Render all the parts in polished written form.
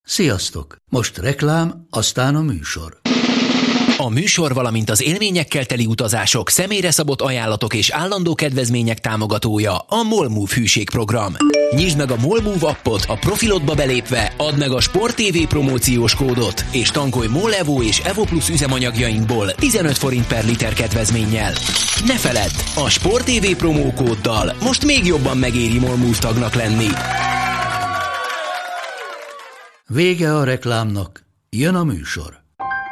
Sziasztok! Most reklám, aztán a műsor. A műsor, valamint az élményekkel teli utazások, személyre szabott ajánlatok és állandó kedvezmények támogatója a MOL Move hűségprogram. Nyisd meg a MOL Move appot, a profilodba belépve, add meg a Sport TV promóciós kódot, és tankolj MOL Evo és Evo Plus üzemanyagjainkból 15 forint per liter kedvezménnyel. Ne feledd, a Sport TV promókóddal most még jobban megéri MOL Move tagnak lenni. Vége a reklámnak, jön a műsor.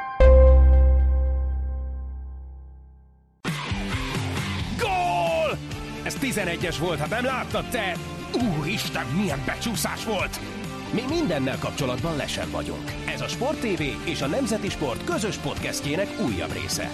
Gól! Ez 11-es volt, ha nem láttad te! Úristen, milyen becsúszás volt! Mi mindennel kapcsolatban lesen vagyunk. Ez a Sport TV és a Nemzeti Sport közös podcastjének újabb része.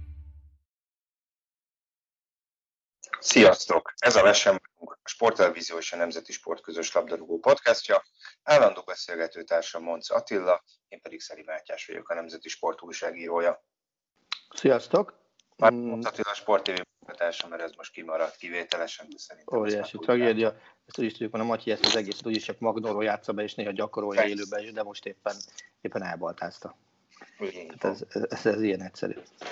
Sziasztok! Ez a Lesen vagyunk, a Sporttelevízió és a Nemzeti Sport közös labdarúgó podcastja. Állandó beszélgetőtársam Monc Attila, én pedig Szeli Mátyás vagyok, a Nemzeti Sport újságírója. Sziasztok! Monc Attila Sport TV munkatársa, mert ez most kimaradt kivételesen, de szerintem... Óriási tragédia. Ezt úgy is tudjuk, hogy a Matyi ezt az egészet úgyis csak Magnóról játsza be, és néha gyakorolja élőben is, de most éppen elbaltázta. Hát ez ilyen egyszerű.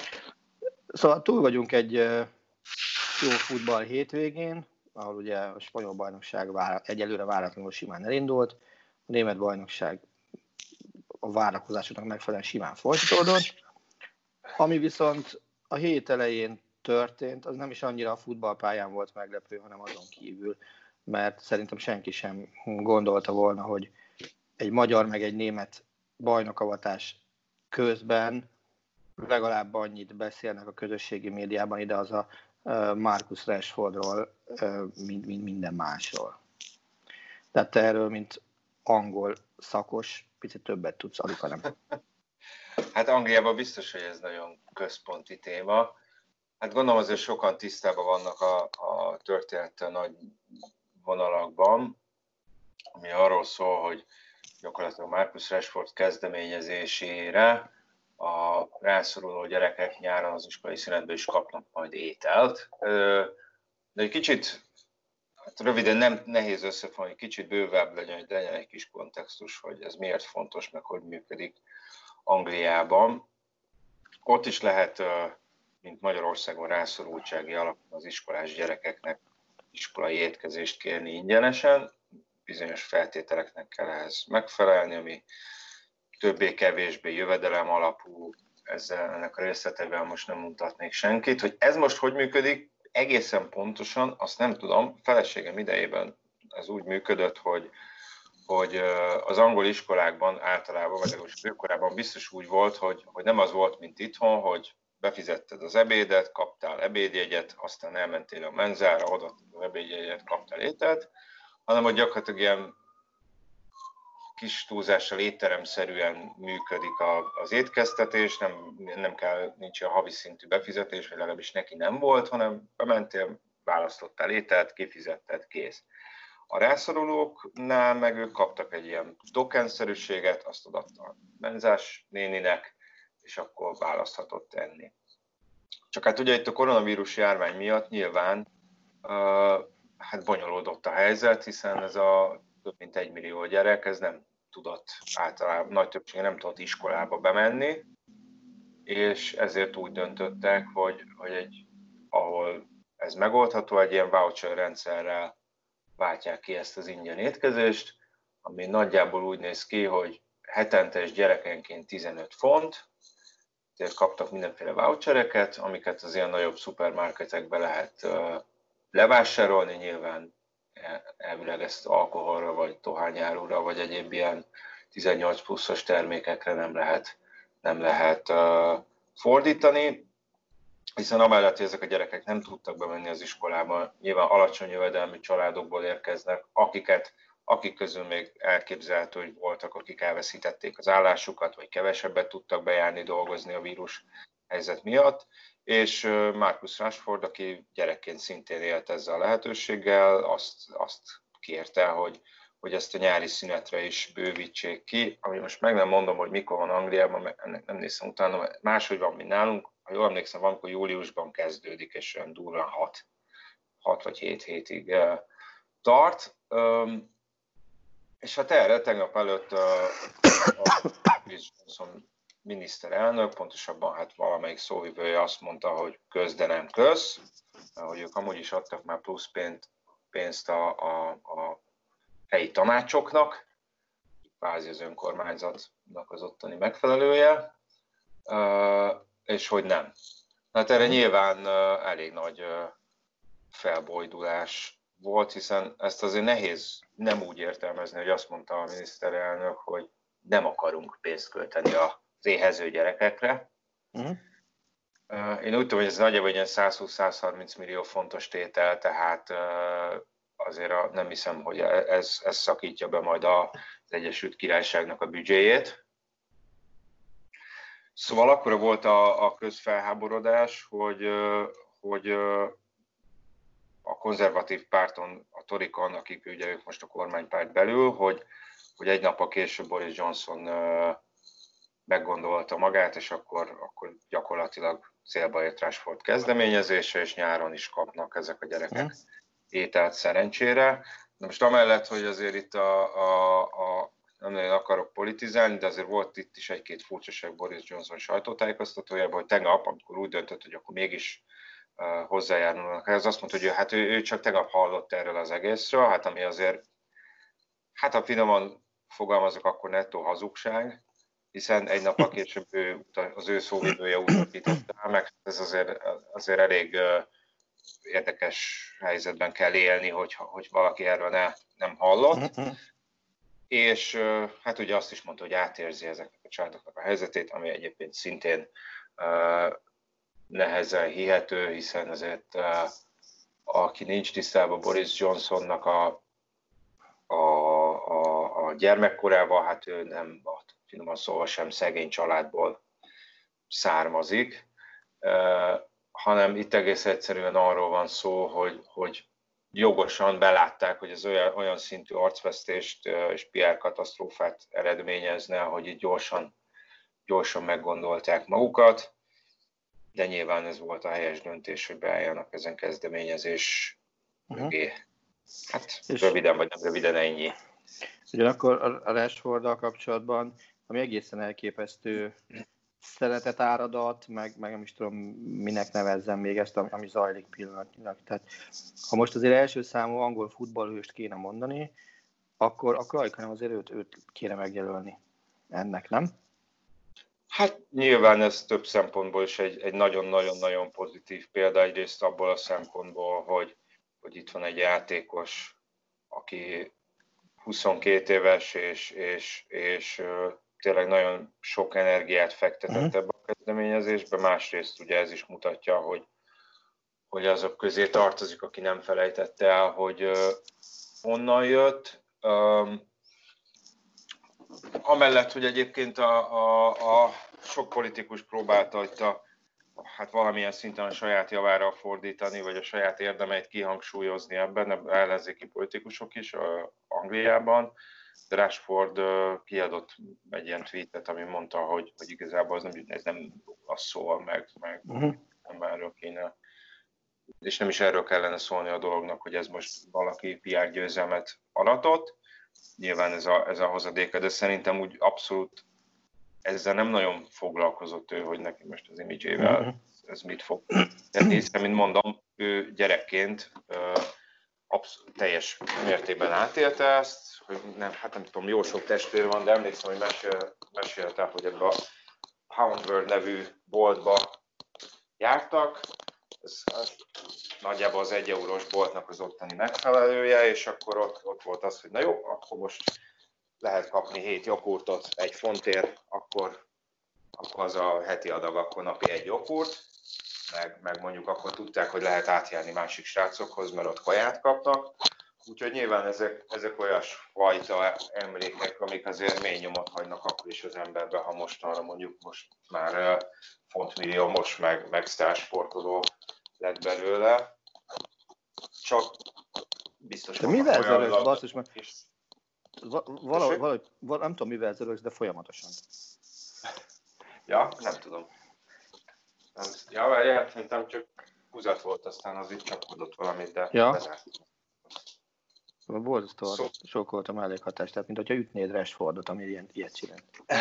Szóval túl vagyunk egy jó futball hétvégén, ahol ugye a spanyol bajnokság egyelőre váratlanul simán elindult, a német bajnokság a várakozásoknak megfelelően simán folytatódott, ami viszont a hét elején történt, az nem is annyira a futballpályán volt meglepő, hanem azon kívül, mert szerintem senki sem gondolta volna, hogy egy magyar meg egy német bajnokavatás közben legalább annyit beszélnek a közösségi médiában, ide az a Marcus Rashfordról, mint minden másról. Tehát te erről, mint angol szakos, picit többet tudsz, Alika nem. Hát Angliában biztos, hogy ez nagyon központi téma. Hát gondolom azért sokan tisztában vannak a történettel nagy vonalakban, ami arról szól, hogy gyakorlatilag Marcus Rashford kezdeményezésére a rászoruló gyerekek nyáron az iskolai szünetben is kapnak majd ételt. De egy kicsit, hát röviden nem nehéz összefogni, kicsit bővebb legyen, hogy legyen egy kis kontextus, hogy ez miért fontos, meg hogy működik Angliában. Ott is lehet, mint Magyarországon rászorultsági alapon az iskolás gyerekeknek iskolai étkezést kérni ingyenesen. Bizonyos feltételeknek kell ehhez megfelelni, ami többé-kevésbé jövedelem alapú, ennek a részleteivel most nem mutatnék senkit. Hogy ez most hogy működik, egészen pontosan, azt nem tudom. Feleségem idejében ez úgy működött, hogy az angol iskolákban általában, vagy legalábbis őkorában biztos úgy volt, hogy nem az volt, mint itthon, hogy befizetted az ebédet, kaptál ebédjegyet, aztán elmentél a menzára, odaadtad az ebédjegyet, kaptál ételt, hanem hogy gyakorlatilag ilyen kis túlzással étteremszerűen működik az étkeztetés, nincs a havi szintű befizetés, vagy legalábbis neki nem volt, hanem bementél, választottál ételt, kifizetted, kész. A rászorulóknál meg ők kaptak egy ilyen tokenszerűséget, azt odaadta a menzás néninek, és akkor választhatott enni. Csak hát ugye itt a koronavírus járvány miatt nyilván hát bonyolódott a helyzet, hiszen ez a több mint 1 millió gyerek, ez nem tudott általában, nagy többsége nem tudott iskolába bemenni, és ezért úgy döntöttek, hogy ahol ez megoldható, egy ilyen voucher rendszerrel váltják ki ezt az ingyen étkezést, ami nagyjából úgy néz ki, hogy hetentes gyerekenként 15 font, ezért kaptak mindenféle vouchereket, amiket az ilyen nagyobb szupermarketekbe lehet levásárolni, nyilván elvileg ezt alkoholra, vagy dohányárúra, vagy egyéb ilyen 18 pluszos termékekre nem lehet fordítani, hiszen amellett, hogy ezek a gyerekek nem tudtak bemenni az iskolába, nyilván alacsony jövedelmű családokból érkeznek, akik közül még elképzelhető, hogy voltak, akik elveszítették az állásukat, vagy kevesebbet tudtak bejárni, dolgozni a vírus helyzet miatt, és Marcus Rashford, aki gyerekként szintén élt ezzel a lehetőséggel, azt kérte, hogy ezt a nyári szünetre is bővítsék ki, ami most meg nem mondom, hogy mikor van Angliában, mert ennek nem néztem utána, máshogy van, mint nálunk. Ha jól emlékszem, valamikor júliusban kezdődik, és olyan durván 6 vagy 7 hétig tart. És hát erre tegnap előtt a Johnson miniszterelnök, pontosabban hát valamelyik szóvivője azt mondta, hogy kösz, de nem kösz, hogy ők amúgy is adtak már plusz pénzt a helyi tanácsoknak, kvázi az önkormányzatnak az ottani megfelelője, és hogy nem. Hát erre nyilván elég nagy felbojdulás volt, hiszen ezt azért nehéz nem úgy értelmezni, hogy azt mondta a miniszterelnök, hogy nem akarunk pénzt költeni az éhező gyerekekre. Én úgy tudom, hogy ez nagyjából ilyen 120-130 millió fontos tétel, tehát azért nem hiszem, hogy ez szakítja be majd az Egyesült Királyságnak a büdzséjét. Szóval akkor volt a közfelháborodás, hogy a konzervatív párton, a Torikon, akik ugye ők most a kormánypárt belül, hogy egy nappal később Boris Johnson meggondolta magát, és akkor gyakorlatilag célba ért Rashford kezdeményezése, és nyáron is kapnak ezek a gyerekek ételt szerencsére. De most amellett, hogy azért itt nem nagyon akarok politizálni, de azért volt itt is egy-két furcsaság Boris Johnson sajtótájékoztatójában, hogy tegnap, amikor úgy döntött, hogy akkor mégis hozzájárulnak. Ez azt mondta, hogy hát ő csak tegnap hallott erről az egészről, hát ami azért, hát ha finoman fogalmazok, akkor nettó hazugság, hiszen egy nappal később az ő szóvivője utasította meg, ez azért elég érdekes helyzetben kell élni, hogy valaki erről nem hallott. És hát ugye azt is mondta, hogy átérzi ezeknek a családoknak a helyzetét, ami egyébként szintén nehezen hihető, hiszen azért aki nincs tisztában Boris Johnsonnak a gyermekkorával, hát ő nem, finoman szóval sem szegény családból származik, hanem itt egész egyszerűen arról van szó, hogy jogosan belátták, hogy ez olyan szintű arcvesztést és PR katasztrófát eredményezne, hogy itt gyorsan meggondolták magukat, de nyilván ez volt a helyes döntés, hogy beálljanak ezen kezdeményezés mögé. Hát röviden vagy nem röviden ennyi. Ugyanakkor a Rashforddal kapcsolatban, ami egészen elképesztő szeretet áradat, meg nem is tudom, minek nevezzem még ezt, ami zajlik pillanatnyilag. Tehát, ha most azért első számú angol futballhőst kéne mondani, akkor Rajkonen azért őt kéne megjelölni ennek, nem? Hát nyilván ez több szempontból is egy nagyon-nagyon-nagyon pozitív példa, egyrészt abból a szempontból, hogy itt van egy játékos, aki 22 éves, és tényleg nagyon sok energiát fektetett ebbe a kezdeményezésbe, másrészt ugye ez is mutatja, hogy azok közé tartozik, aki nem felejtette el, hogy honnan jött. Amellett, hogy egyébként a sok politikus próbálta hát valamilyen szinten a saját javára fordítani, vagy a saját érdemeit kihangsúlyozni ebben, ellenzéki politikusok is Angliában. De Rashford kiadott egy ilyen tweetet, ami mondta, hogy igazából ez nem az szól, meg nem erről kéne. És nem is erről kellene szólni a dolognak, hogy ez most valaki PR győzelmet aratott. Nyilván ez a hozadéka, de szerintem úgy abszolút ezzel nem nagyon foglalkozott ő, hogy neki most az imidzsével ez mit fog tenni, hiszen, mint mondom, ő gyerekként teljes mértékben átélte ezt, hogy nem tudom, jó sok testvér van, de emlékszem, hogy mesélte, hogy ebbe a Houndworld nevű boltba jártak, ez nagyjából az 1 eurós boltnak az ottani megfelelője, és akkor ott volt az, hogy na jó, akkor most lehet kapni 7 jogurtot 1 fontért, akkor az a heti adag, akkor napi 1 jogurt, meg mondjuk akkor tudták, hogy lehet átjárni másik srácokhoz, mert ott kaját kapnak. Úgyhogy nyilván ezek olyasfajta emlékek, amik azért mély nyomot hagynak akkor is az emberbe, ha mostanra mondjuk most már fontmilliómos, meg sztársportoló lett belőle. Csak biztos, de mivel zörögsz, basszus, mert valahogy, nem tudom mivel zörögsz, de folyamatosan. Ja, nem tudom. Ja, várjál, szerintem csak húzat volt, aztán az itt csapkodott valamit, de ja. bezárt. Szóval borzasztóan sok volt a mellékhatás, tehát mint hogyha ütnéd Rashfordot, ami ilyet csinált.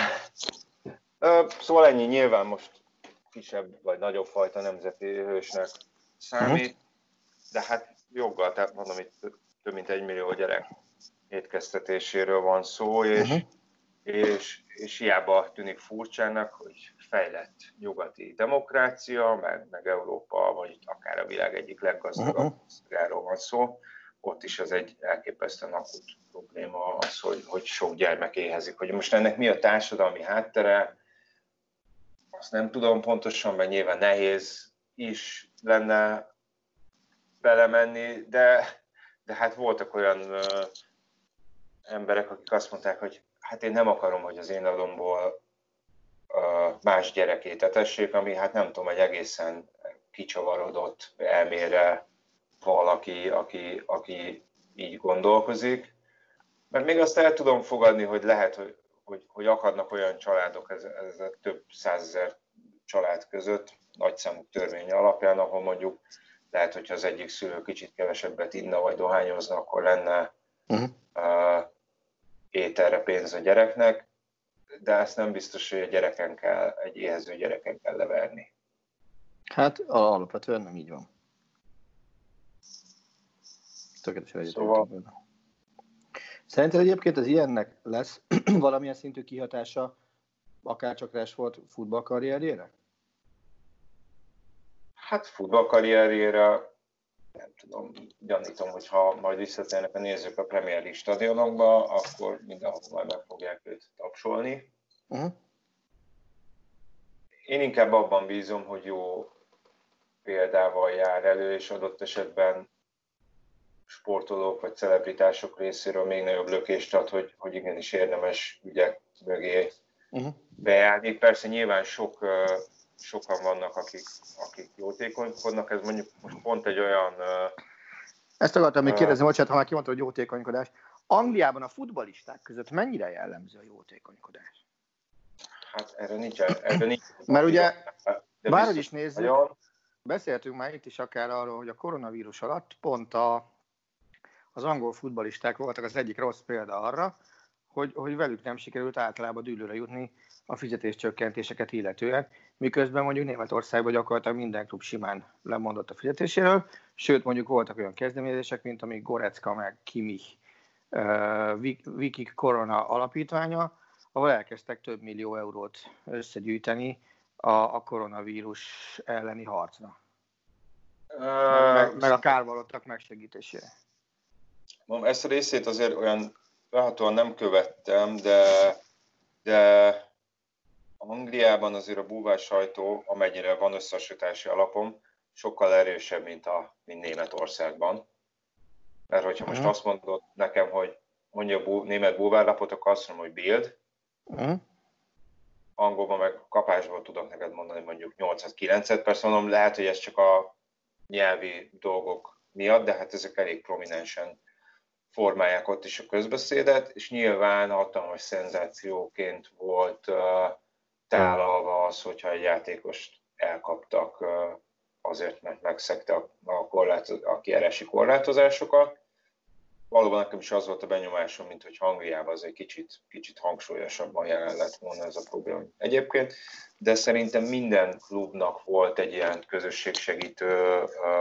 Szóval ennyi, nyilván most kisebb vagy nagyobb fajta nemzeti hősnek számít, de hát joggal, tehát mondom, itt több mint 1 millió gyerek étkeztetéséről van szó, és hiába tűnik furcsának, hogy fejlett nyugati demokrácia, meg Európa, vagy akár a világ egyik leggazdagabb országáról van szó, ott is az egy elképesztően akut probléma az, hogy sok gyermek éhezik. Hogy most ennek mi a társadalmi háttere, azt nem tudom pontosan, mert nyilván nehéz is lenne belemenni, de hát voltak olyan emberek, akik azt mondták, hogy hát én nem akarom, hogy az én adomból más gyerekét etessék, ami hát nem tudom, egy egészen kicsavarodott elmére valaki, aki így gondolkozik. Mert még azt el tudom fogadni, hogy lehet, hogy akadnak olyan családok, ez több százezer család között, nagyszámú törvény alapján, ahol mondjuk lehet, hogyha az egyik szülő kicsit kevesebbet inna vagy dohányozna, akkor lenne ételre pénz a gyereknek, de ezt nem biztos, hogy egy éhező gyereken kell leverni. Hát alapvetően nem így van. Tökéletesen egyetértek. Szerinted egyébként az ilyennek lesz valamilyen szintű kihatása, akár csak Rashford futballkarrierjére? Hát futballkarrierjére nem tudom, gyanítom, hogy ha majd visszatérnek a nézők a Premier League stadionokba, akkor mindenhol majd meg fogják őt tapsolni. Én inkább abban bízom, hogy jó példával jár elő, és adott esetben sportolók vagy celebritások részéről még nagyobb lökést ad, hogy igenis érdemes ügyek mögé beállni. Persze nyilván sokan vannak, akik jótékonykodnak, ez mondjuk most pont egy olyan... Ezt akartam még kérdezni, bocsánat, ha már kimondtad, hogy jótékonykodás. Angliában a futballisták között mennyire jellemző a jótékonykodás? Hát erre nincs. Mert ugye, bárhogy is nézzük, beszéltünk már itt is akár arról, hogy a koronavírus alatt pont az angol futballisták voltak az egyik rossz példa arra, hogy velük nem sikerült általában dűlőre jutni a fizetéscsökkentéseket illetően, miközben mondjuk Németországban gyakorlatilag minden klub simán lemondott a fizetéséről, sőt mondjuk voltak olyan kezdeményezések, mint amíg Goretzka meg Kimmich Vikik Korona alapítványa, ahol elkezdtek több millió eurót összegyűjteni a koronavírus elleni harcra. Meg a kárvalottak megsegítésére. Ezt a részét azért olyan láthatóan nem követtem, de Angliában azért a bulvár sajtó, amennyire van összehasonlítási alapom, sokkal erősebb, mint Németországban. Mert hogyha most azt mondod nekem, hogy mondja a német bulvárlapot, akkor azt mondom, hogy Bild. Angolban meg kapásból tudok neked mondani mondjuk 8-9-et. Persze mondom, lehet, hogy ez csak a nyelvi dolgok miatt, de hát ezek elég prominensen formálják ott is a közbeszédet, és nyilván hatalmas szenzációként volt tálalva az, hogyha egy játékost elkaptak azért, mert megszegte a kijárási korlátozásokat. Valóban nekem is az volt a benyomásom, mint hogy Angliában az egy kicsit hangsúlyosabban jelen lett volna ez a probléma egyébként, de szerintem minden klubnak volt egy ilyen közösségsegítő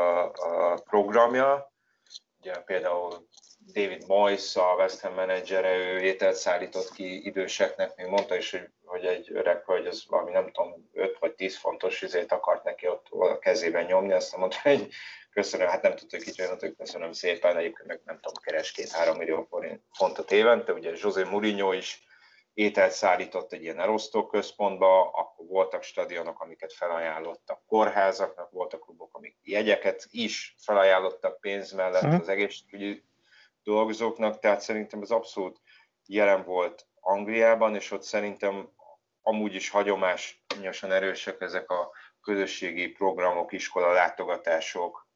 programja. Ugye például David Moyes, a West Ham menedzsere, ő ételt szállított ki időseknek, még mondta is, hogy egy öreg hölgy, az valami nem tudom, 5 vagy 10 fontos izét akart neki ott a kezében nyomni, aztán mondta, hogy köszönöm, hát nem tudtuk így olyan, hogy köszönöm szépen, egyébként meg nem tudom, keres 2-3 millió fontot évente, ugye José Mourinho is ételt szállított egy ilyen elosztóközpontba, akkor voltak stadionok, amiket felajánlottak kórházaknak, voltak klubok, amik jegyeket is felajánlottak pénz mellett az egészségügyi dolgozóknak, tehát szerintem ez abszolút jelen volt Angliában, és ott szerintem amúgy is hagyományosan erősek ezek a közösségi programok, iskola látogatások,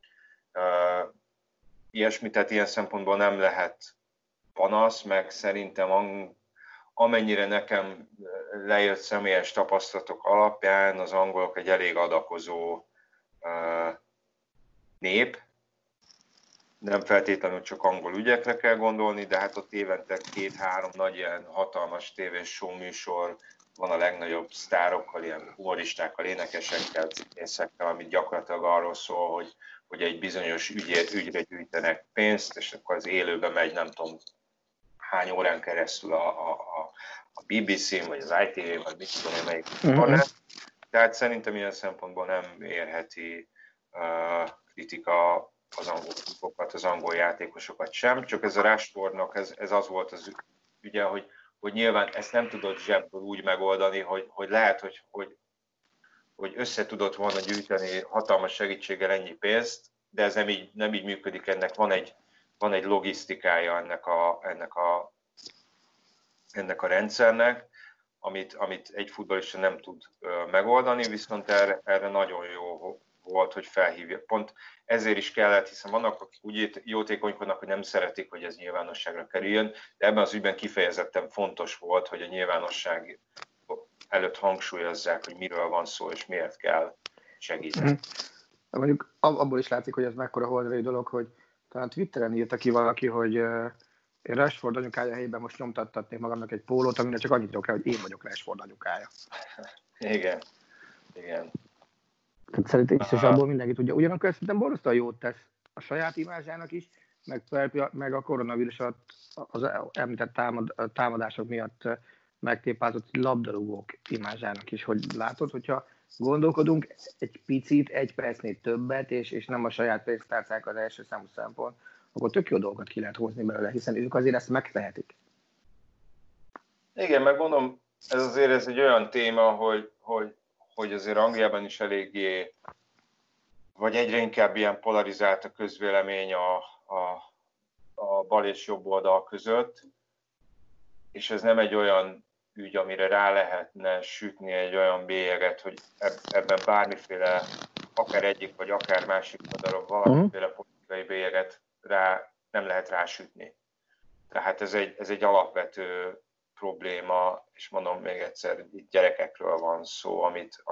ilyesmi, tehát ilyen szempontból nem lehet panasz, meg szerintem amennyire nekem lejött személyes tapasztalatok alapján, az angolok egy elég adakozó nép, nem feltétlenül csak angol ügyekre kell gondolni, de hát ott évente 2-3 nagy ilyen hatalmas tévés show műsor van a legnagyobb sztárokkal, ilyen humoristákkal, énekesekkel, színészekkel, amit gyakorlatilag arról szól, hogy egy bizonyos ügyre gyűjtenek pénzt, és akkor az élőben megy, nem tudom hány órán keresztül a BBC-n, vagy az ITV-n, vagy mit tudom én, melyik van. Tehát szerintem ilyen szempontból nem érheti kritika az angol klubokat, az angol játékosokat sem, csak ez a Rashfordnak, ez az volt az ügye, hogy nyilván ezt nem tudod zsebből úgy megoldani, hogy lehet, hogy össze tudott volna gyűjteni hatalmas segítséggel ennyi pénzt, de ez nem így működik, ennek van egy logisztikája ennek a rendszernek, amit egy futballista nem tud megoldani, viszont erre nagyon jó volt, hogy felhívja. Pont ezért is kellett, hiszen vannak, akik úgy jótékonykodnak, hogy nem szeretik, hogy ez nyilvánosságra kerüljön, de ebben az ügyben kifejezetten fontos volt, hogy a nyilvánosság előtt hangsúlyozzák, hogy miről van szó, és miért kell segíteni. Mondjuk abból is látszik, hogy ez mekkora holdrai dolog, hogy talán Twitteren írta ki valaki, hogy én Rashford anyukája helyében most nyomtattatnék magamnak egy pólót, amire csak annyit tudok rá, hogy én vagyok Rashford anyukája. Igen. Szerintem is, és abból mindenki tudja. Ugyanakkor szerintem borzasztóan jót tesz a saját imázsának is, meg a koronavírus alatt az említett támadások miatt megtépázott labdarúgók imázsának is, hogy látod, hogyha gondolkodunk egy picit, egy percnél többet, és nem a saját pénztárcák az első számú szempont, akkor tök jó dolgokat ki lehet hozni belőle, hiszen ők azért ezt megtehetik. Igen, meg mondom, ez egy olyan téma, hogy azért Angliában is eléggé, vagy egyre inkább ilyen polarizált a közvélemény a bal és jobb oldal között, és ez nem egy olyan ügy, amire rá lehetne sütni egy olyan bélyeget, hogy ebben bármiféle, akár egyik vagy akár másik oldalon valamiféle politikai bélyeget nem lehet rásütni. Tehát ez egy alapvető probléma, és mondom még egyszer, itt gyerekekről van szó,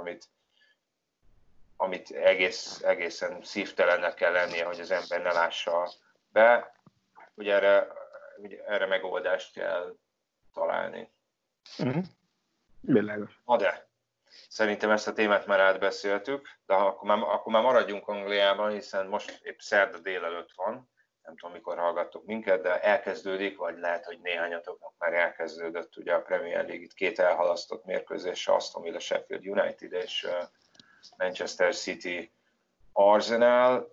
amit egészen szívtelennek kell lennie, hogy az ember ne lássa be, hogy erre megoldást kell találni. Világos. Na de, szerintem ezt a témát már átbeszéltük, de akkor már maradjunk Angliában, hiszen most épp szerda délelőtt van, nem tudom, mikor hallgattok minket, de elkezdődik, vagy lehet, hogy néhányatoknak már elkezdődött ugye a Premier League, itt 2 elhalasztott mérkőzés, Aston Villa, Sheffield United és Manchester City Arsenal.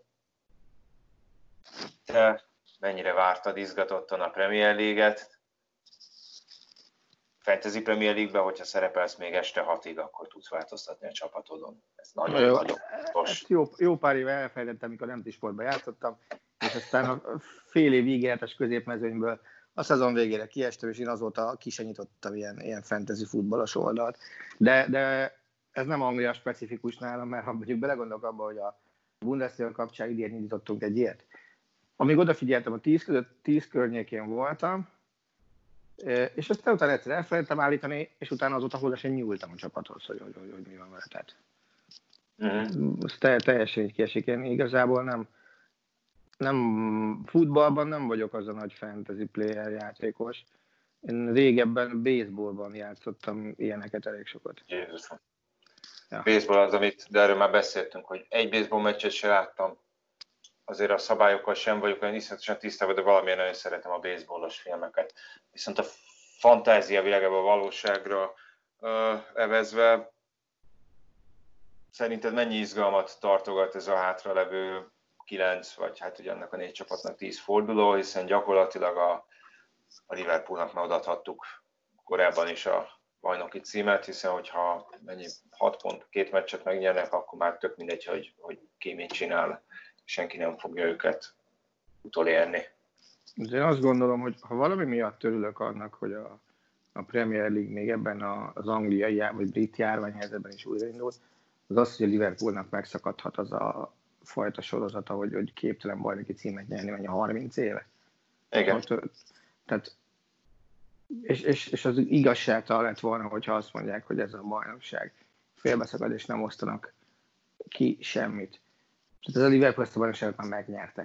Te mennyire vártad izgatottan a Premier League-et? Fantasy Premier League-ben, hogyha szerepelsz még este 6-ig, akkor tudsz változtatni a csapatodon. Ez nagyon fontos. Jó pár éve elfelejtettem, amikor nem sportban játszottam, és aztán a fél év ígéretes középmezőnyből a szezon végére kiestem, és én azóta ki sem nyitottam ilyen fantasy futballos oldalt. De ez nem Anglia specifikus nálam, mert ha mondjuk belegondolok abba, hogy a Bundesliga kapcsán idén nyitottunk egy ilyet. Amíg odafigyeltem, a 10 környékén voltam, és aztán utána egyszer elfelejtettem állítani, és utána azóta hozzá sem nyúltam a csapathoz, hogy mi van vele. Tehát ez teljesen így kiesik. Én igazából nem futballban nem vagyok az a nagy fantasy player játékos. Én régebben baseballban játszottam ilyeneket elég sokat. Jézusom. Ja. Baseball az, de erről már beszéltünk, hogy egy baseball meccset se láttam. Azért a szabályokkal sem vagyok olyan iszonyatosan tisztában, de valamilyen nagyon szeretem a baseballos filmeket. Viszont a fantázia világában, a valóságra evezve, szerinted mennyi izgalmat tartogat ez a hátralevő 9, vagy hát ugye annak a 4 csapatnak 10 forduló, hiszen gyakorlatilag a Liverpoolnak már odaadhattuk korábban is a bajnoki címet, hiszen hogyha 6 pont 2 meccset megnyernek, akkor már tök mindegy, hogy ki mit csinál. Senki nem fogja őket utolérni. Én azt gondolom, hogy ha valami miatt örülök annak, hogy a Premier League még ebben az angliai vagy brit járványhelyzetben is újraindult, az az, hogy a Liverpoolnak megszakadhat az a fajta sorozata, hogy képtelen bajnoki címet nyerni, vagy a 30 éve. Igen. Tehát, és az igazságtalan lett volna, hogyha azt mondják, hogy ez a bajnokság félbeszakad, és nem osztanak ki semmit. Tehát ez a Liverpool ezt a bajnokságot már megnyerte.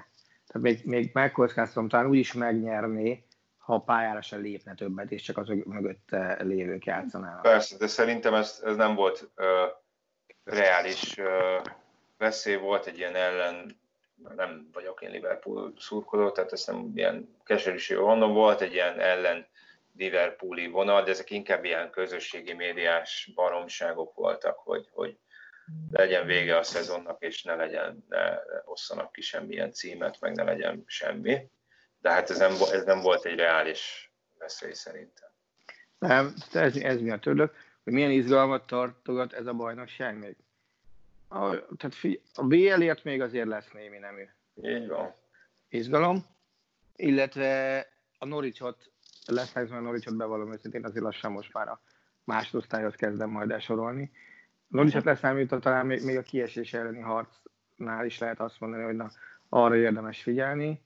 Tehát még megkockáztatom, talán úgy is megnyerné, ha a pályára se lépne többet, és csak azok mögötte lévők játszanának. Persze, de szerintem ez nem volt reális veszély, volt egy ilyen ellen, nem vagyok én Liverpool szurkoló, tehát ezt nem ilyen keserűségű mondom, volt egy ilyen ellen Liverpooli vonal, de ezek inkább ilyen közösségi médiás baromságok voltak, hogy legyen vége a szezonnak, és ne osszanak ki semmilyen címet, meg ne legyen semmi. De hát ez nem volt egy reális veszély szerintem. Nem, ez miatt örülök, hogy milyen izgalmat tartogat ez a bajnokság még. Tehát a BL-ért még azért lesz némi nemű. Így van. Izgalom, illetve a Norwichot, a Norwichot bevallom őszintén, azért lassan most már a másodosztályhoz kezdem majd elsorolni. A Norwichot leszámítva talán még a kiesés elleni harcnál is lehet azt mondani, hogy na, arra érdemes figyelni.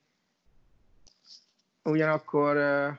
Ugyanakkor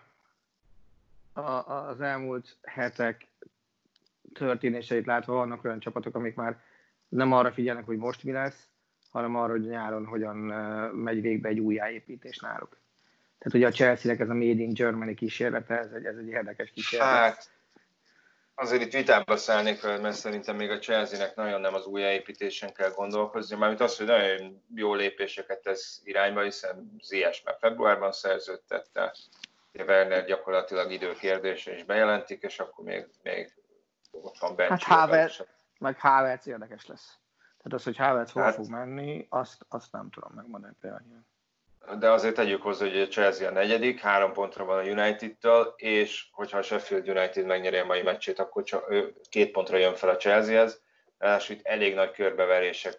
az elmúlt hetek történéseit látva vannak olyan csapatok, amik már nem arra figyelnek, hogy most mi lesz, hanem arra, hogy nyáron hogyan megy végbe egy újjáépítés náluk. Tehát ugye a Chelsea-nek ez a Made in Germany kísérlete, ez egy érdekes kísérlet. Hát, azért itt vitába szállnék, mert szerintem még a Chelsea-nek nagyon nem az újjáépítésen kell gondolkozni, mármint az, hogy nagyon jó lépéseket tesz irányba, hiszen Ziyech már februárban szerződtette, Werner gyakorlatilag időkérdése is bejelentik, és akkor még ott van bench. Hát Havertz érdekes lesz. Tehát az, hogy Havertz hol fog menni, azt nem tudom megmondani például. De azért tegyük hozzá, hogy a Chelsea a 4., 3 pontra van a United-től, és hogyha a Sheffield United megnyeri a mai meccsét, akkor csak 2 pontra jön fel a Chelseahez. Ráadásul itt elég nagy körbeverések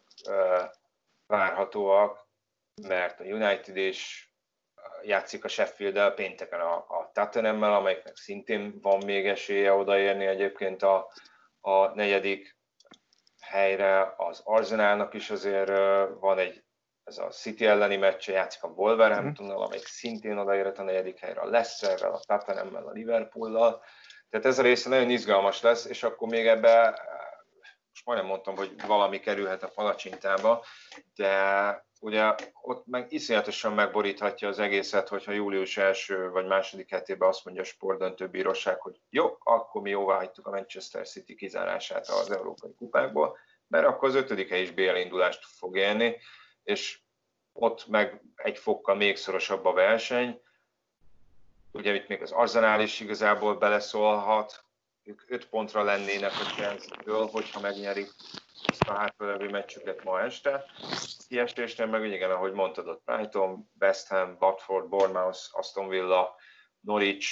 várhatóak, mert a United is játszik a Sheffield-del pénteken a Tottenhammel, amelyiknek szintén van még esélye odaérni egyébként a 4. helyre. Az Arsenalnak is azért van ez a City elleni meccse, játszik a Wolverhamptonnal, amelyik szintén odaérhet a 4. helyre, a Leicesterrel, a Tottenhammel, a Liverpoollal. Tehát ez a része nagyon izgalmas lesz, és akkor még ebbe, most majdnem mondtam, hogy valami kerülhet a palacsintába, de ugye ott meg iszonyatosan megboríthatja az egészet, hogyha július 1. vagy 2. hetében azt mondja a sportdöntőbíróság, hogy jó, akkor mi jóváhagytuk a Manchester City kizárását az európai kupákból, mert akkor az 5. hely is BL indulást fog élni, és ott meg egy fokkal még szorosabb a verseny. Ugye itt még az Arsenal is igazából beleszólhat, ők 5 pontra lennének a Chelsea-től, hogyha megnyerik ezt a hátralevő meccsüket ma este. Kiesésnél meg igen, ahogy mondtad, ott Brighton, West Ham, Watford, Bournemouth, Aston Villa, Norwich.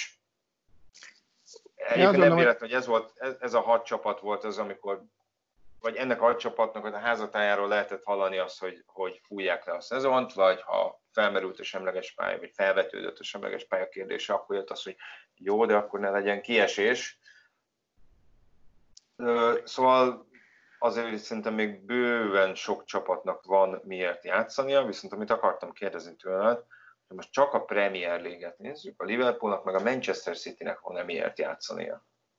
Egyébként nem véletlen, hogy ez a 6 csapat volt az, amikor, vagy ennek a 6 csapatnak a házatájáról lehetett hallani azt, hogy fújják le a szezont, vagy ha felmerült a semleges pálya, vagy felvetődött a semleges pálya kérdése, akkor jött az, hogy jó, de akkor ne legyen kiesés. Szóval azért szerintem még bőven sok csapatnak van miért játszania, viszont amit akartam kérdezni tőled, hogy most csak a Premier League-et nézzük, a Liverpoolnak meg a Manchester Citynek van-e miért játszania?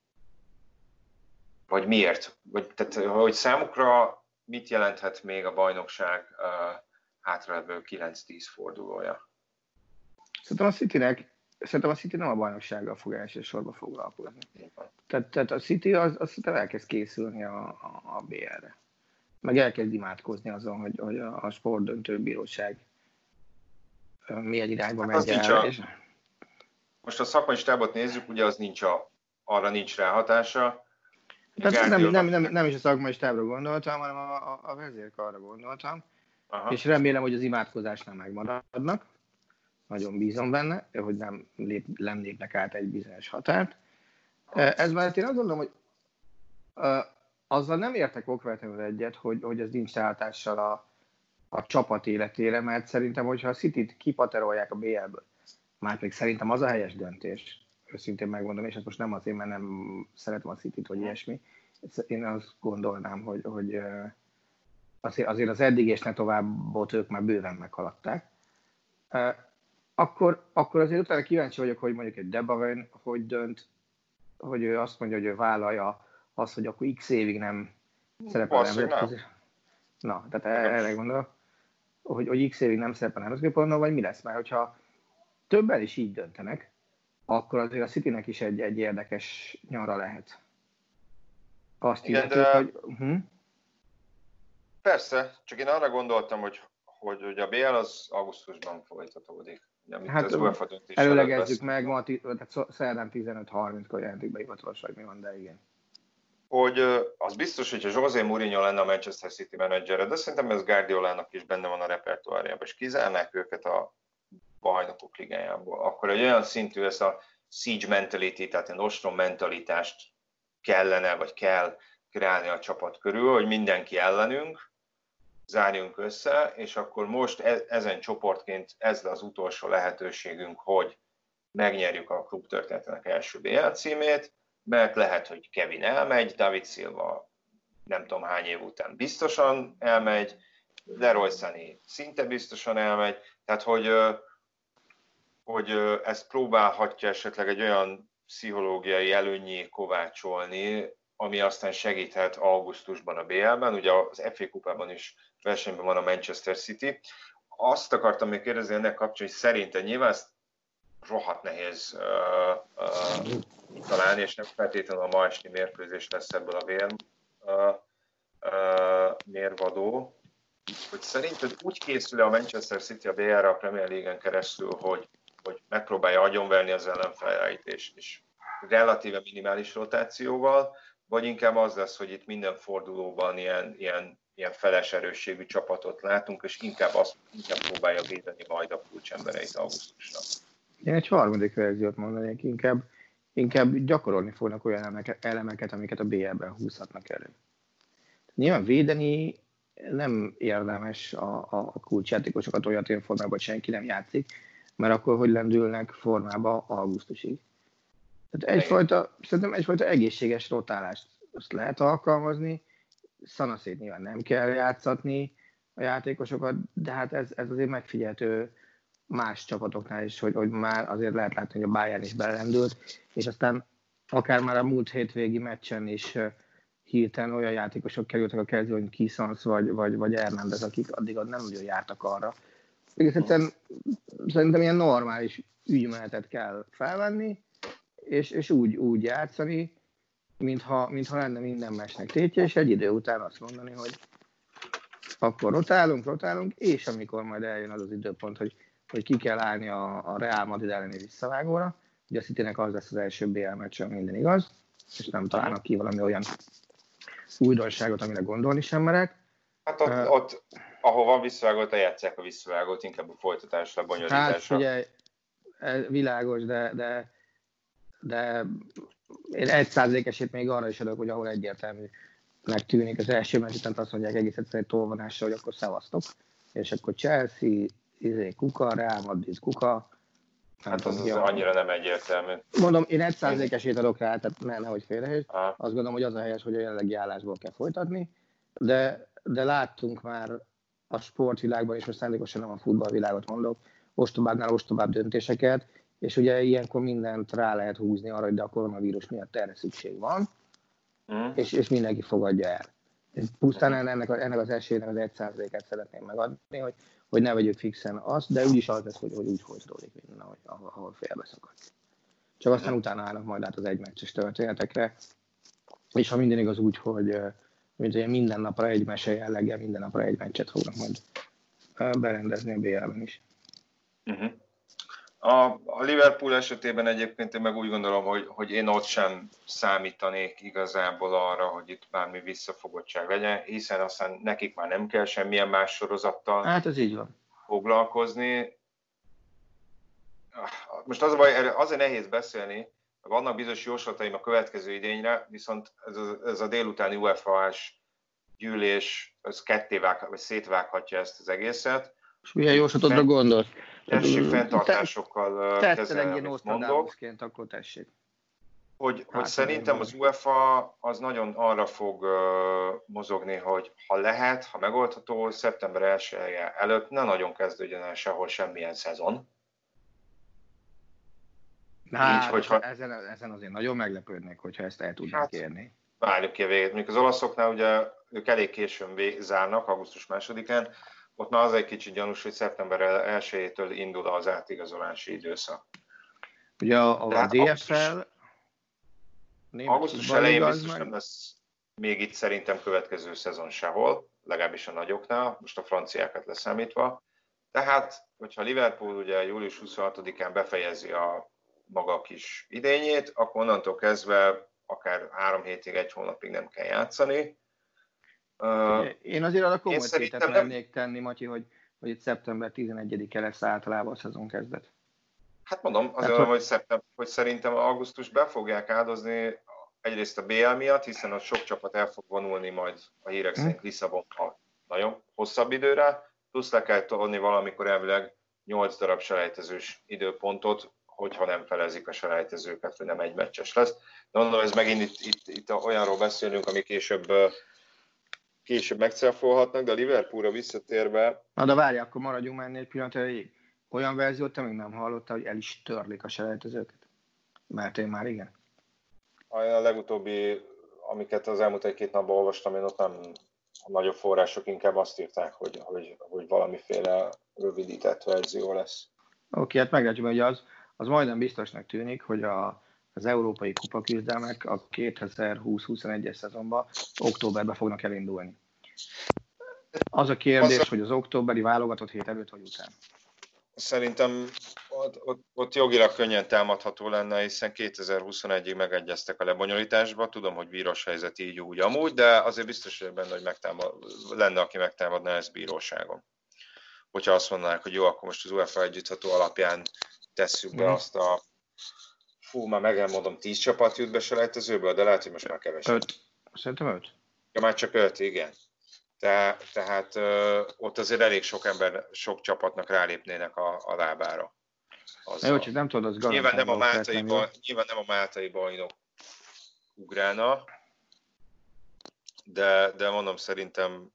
Vagy miért? Tehát, hogy számukra mit jelenthet még a bajnokság hátralevő 9-10 fordulója? Szerintem a City nem a bajnoksággal fog elsősorban foglalkozni. Tehát a City az elkezd készülni a BL-re. Meg elkezd imádkozni azon, hogy a sportdöntőbíróság milyen irányba megy el. Most a szakmai stábot nézzük, ugye az arra nincs rá hatása. Nem is a szakmai stábra gondoltam, hanem a vezérkarra gondoltam. Aha. És remélem, hogy az imádkozásnál megmaradnak. Nagyon bízom benne, hogy nem lépnek át egy bizonyos határt. Ez mellett én azt gondolom, hogy azzal nem értek okvetlenül egyet, hogy ez nincs ráhatással a csapat életére, mert szerintem, hogyha a Cityt kipaterolják a BL-ből, már pedig szerintem az a helyes döntés, őszintén megmondom, és ezt most nem azért, mert nem szeretem a Cityt, vagy ilyesmi. Én azt gondolnám, hogy azért az eddig és ne továbbot ők már bőven meghaladták. Akkor azért utána kíváncsi vagyok, hogy mondjuk egy De Bruyne hogy dönt, hogy ő azt mondja, hogy ő vállalja azt, hogy akkor x évig nem szerepel nemzetközi. Na, tehát erre gondolok. hogy X évig nem szerepel nemzetközi porondon, vagy mi lesz? Mert hogyha többen is így döntenek, akkor azért a Citynek is egy érdekes nyara lehet. Azt igen, illetve, hogy... Persze, csak én arra gondoltam, hogy a BL az augusztusban folytatódik. Hát az UEFA döntés előlegezzük meg, ma szerdán 15:30-kor jelentik be hivatalosan, hogy mi van, de igen. Hogy az biztos, hogyha José Mourinho lenne a Manchester City menedzsere, de szerintem ez Guardiolának is benne van a repertoárjában, és kizárnák őket a bajnokok ligájából, akkor egy olyan szintű ez a siege mentality, tehát egy ostrom mentalitást kellene, vagy kell kreálni a csapat körül, hogy mindenki ellenünk, zárjunk össze, és akkor most ezen csoportként ez az utolsó lehetőségünk, hogy megnyerjük a klub történetének első BL címét, mert lehet, hogy Kevin elmegy, David Silva nem tudom hány év után biztosan elmegy, Leroy Sané szinte biztosan elmegy, tehát hogy ezt próbálhatja esetleg egy olyan pszichológiai előnyé kovácsolni, ami aztán segíthet augusztusban a BL-ben, ugye az FA kupában is versenyben van a Manchester City. Azt akartam még kérdezni ennek kapcsolatban, hogy szerintem nyilván ezt rohadt nehéz találni, és nem feltétlenül a ma esti mérkőzés lesz ebből a mérvadó, hogy szerinted úgy készül a Manchester City a BL-re a Premier League-en keresztül, hogy megpróbálja agyonverni az ellenfeleit, és relatíve minimális rotációval, vagy inkább az lesz, hogy itt minden fordulóban ilyen feles erősségű csapatot látunk, és inkább próbálja védeni majd a kulcsembereit augusztusra. Én egy harmadik verziót mondanék, inkább gyakorolni fognak olyan elemeket, amiket a BL-ben húzhatnak elő. Nyilván védeni nem érdemes a kulcsjátékosokat olyan formában, hogy senki nem játszik, mert akkor hogy lendülnek formába augusztusig. Tehát szerintem egyfajta egészséges rotálást azt lehet alkalmazni, szanaszét nyilván nem kell játszatni a játékosokat, de hát ez azért megfigyelhető más csapatoknál is, hogy már azért lehet látni, hogy a Bayern is belendült, és aztán akár már a múlt hétvégi meccsen is hirtelen olyan játékosok kerültek a kezdőn, hogy Kisons vagy Hernández, akik addig nem nagyon jártak arra. Egyszerűen szerintem ilyen normális ügymenetet kell felvenni, és úgy játszani, mintha lenne minden meccsnek tétje, és egy idő után azt mondani, hogy akkor rotálunk, és amikor majd eljön az időpont, hogy ki kell állni a Real Madrid elleni visszavágóra, ugye a Citynek az lesz az első BL meccsen, minden igaz, és nem találnak ki valami olyan újdonságot, amire gondolni sem merek. Hát ott ahol van visszavágót, eljátszák a visszavágót, inkább a folytatásra, a bonyolításra. Hát ugye, világos, de én 1% esélyt még arra is adok, hogy ahol egyértelműnek tűnik az első meccs után, azt mondják egész egyszerűen egy tolvonással, hogy akkor szavaztok, és akkor Chelsea, kuka, Real Madrid kuka. Hát az annyira nem egyértelmű. Mondom, én 1% esélyt adok rá, tehát nehogy félreérts. Azt gondolom, hogy az a helyes, hogy a jelenlegi állásból kell folytatni, de láttunk már a sportvilágban, és most szándékosan nem a futballvilágot mondok, ostobábbnál ostobább döntéseket, és ugye ilyenkor mindent rá lehet húzni arra, hogy a koronavírus miatt erre szükség van, és mindenki fogadja el. Pusztán ennek az esélynek az 1%-át szeretném megadni, hogy ne vegyük fixen azt, de úgyis az lesz, hogy úgy folytatódik minden, ahol félbeszakad. Csak aztán utána állnak majd át az egymeccses történetekre, és ha minden igaz úgy, hogy minden napra egy mese jelleggel, minden napra egy meccset fognak majd berendezni a BL-ben is. A Liverpool esetében egyébként én meg úgy gondolom, hogy én ott sem számítanék igazából arra, hogy itt bármi visszafogottság legyen, hiszen aztán nekik már nem kell semmilyen más sorozattal hát ez így van. foglalkozni. Most az a baj, azért nehéz beszélni, vannak bizonyos jóslataim a következő idényre, viszont ez a délutáni UEFA-s gyűlés, ez vagy szétvághatja ezt az egészet. És milyen jóslatodra gondolsz? Tessék fenntartásokkal kezelni, amit mondok. Akkor tessék. Hogy szerintem az UEFA az nagyon arra fog mozogni, hogy ha lehet, ha megoldható, szeptember 1-je előtt ne nagyon kezdődjön el sehol semmilyen szezon. Ezen azért nagyon meglepődnék, hogyha ezt el tudnánk érni. Várjuk ki a végét. Mondjuk az olaszoknál ugye ők elég későn zárnak, augusztus 2-án, ott már az egy kicsit gyanús, hogy szeptember 1-től indul az átigazolási időszak. Ugye a DFL... Augusztus elején biztos nem lesz még itt szerintem következő szezon sehol, legalábbis a nagyoknál, most a franciákat leszámítva. Tehát, hogyha Liverpool ugye július 26-án befejezi a maga kis idényét, akkor onnantól kezdve akár 3 hétig, 1 hónapig nem kell játszani. Én azért arra komoly tétet mernék tenni, Matyi, hogy itt szeptember 11-e lesz általában a szezon kezdet. Hát mondom, azért mondom, hogy szerintem augusztusban fogják áldozni egyrészt a BL miatt, hiszen ott sok csapat el fog vonulni majd a hírek szerint Lisszabonba nagyon hosszabb időre, plusz le kell tolni valamikor elvileg 8 darab selejtezős időpontot, hogyha nem felezik a selejtezőket, hogy nem egy meccses lesz. De mondom, ez megint itt olyanról beszélünk, ami később megcáfolhatnak, de a Liverpoolra visszatérve... Na de várj, akkor maradjunk már egy pillanat elég. Olyan verziót te még nem hallottál, hogy el is törlik a selejtezőket? Mert én már igen. A legutóbbi, amiket az elmúlt 1-2 napban olvastam, én ott nem a nagyobb források inkább azt írták, hogy valamiféle rövidített verzió lesz. Oké, hát meglátjuk, hogy az majdnem biztosnak tűnik, hogy az európai kupaküzdelmek a 2020-21-es szezonban októberben fognak elindulni. Az a kérdés, hogy az októberi válogatott hét előtt vagy után. Szerintem ott jogilag könnyen támadható lenne, hiszen 2021-ig megegyeztek a lebonyolításba. Tudom, hogy bírós helyzet így úgy amúgy, de azért biztos vagyok benne, hogy lenne, aki megtámadná ezt bíróságon. Hogyha azt mondanák, hogy jó, akkor most az UEFA együttható alapján tesszük be azt a... már megmondom, 10 csapat jut be selejtezőből, de lehet, hogy most már kevesebb. 5. Szerintem 5. Ja, már csak 5, igen. Tehát ott azért elég sok csapatnak rálépnének a lábára. Jó, csak nem tudod, az nyilván nem a máltai bajnok ugrálna, de mondom, szerintem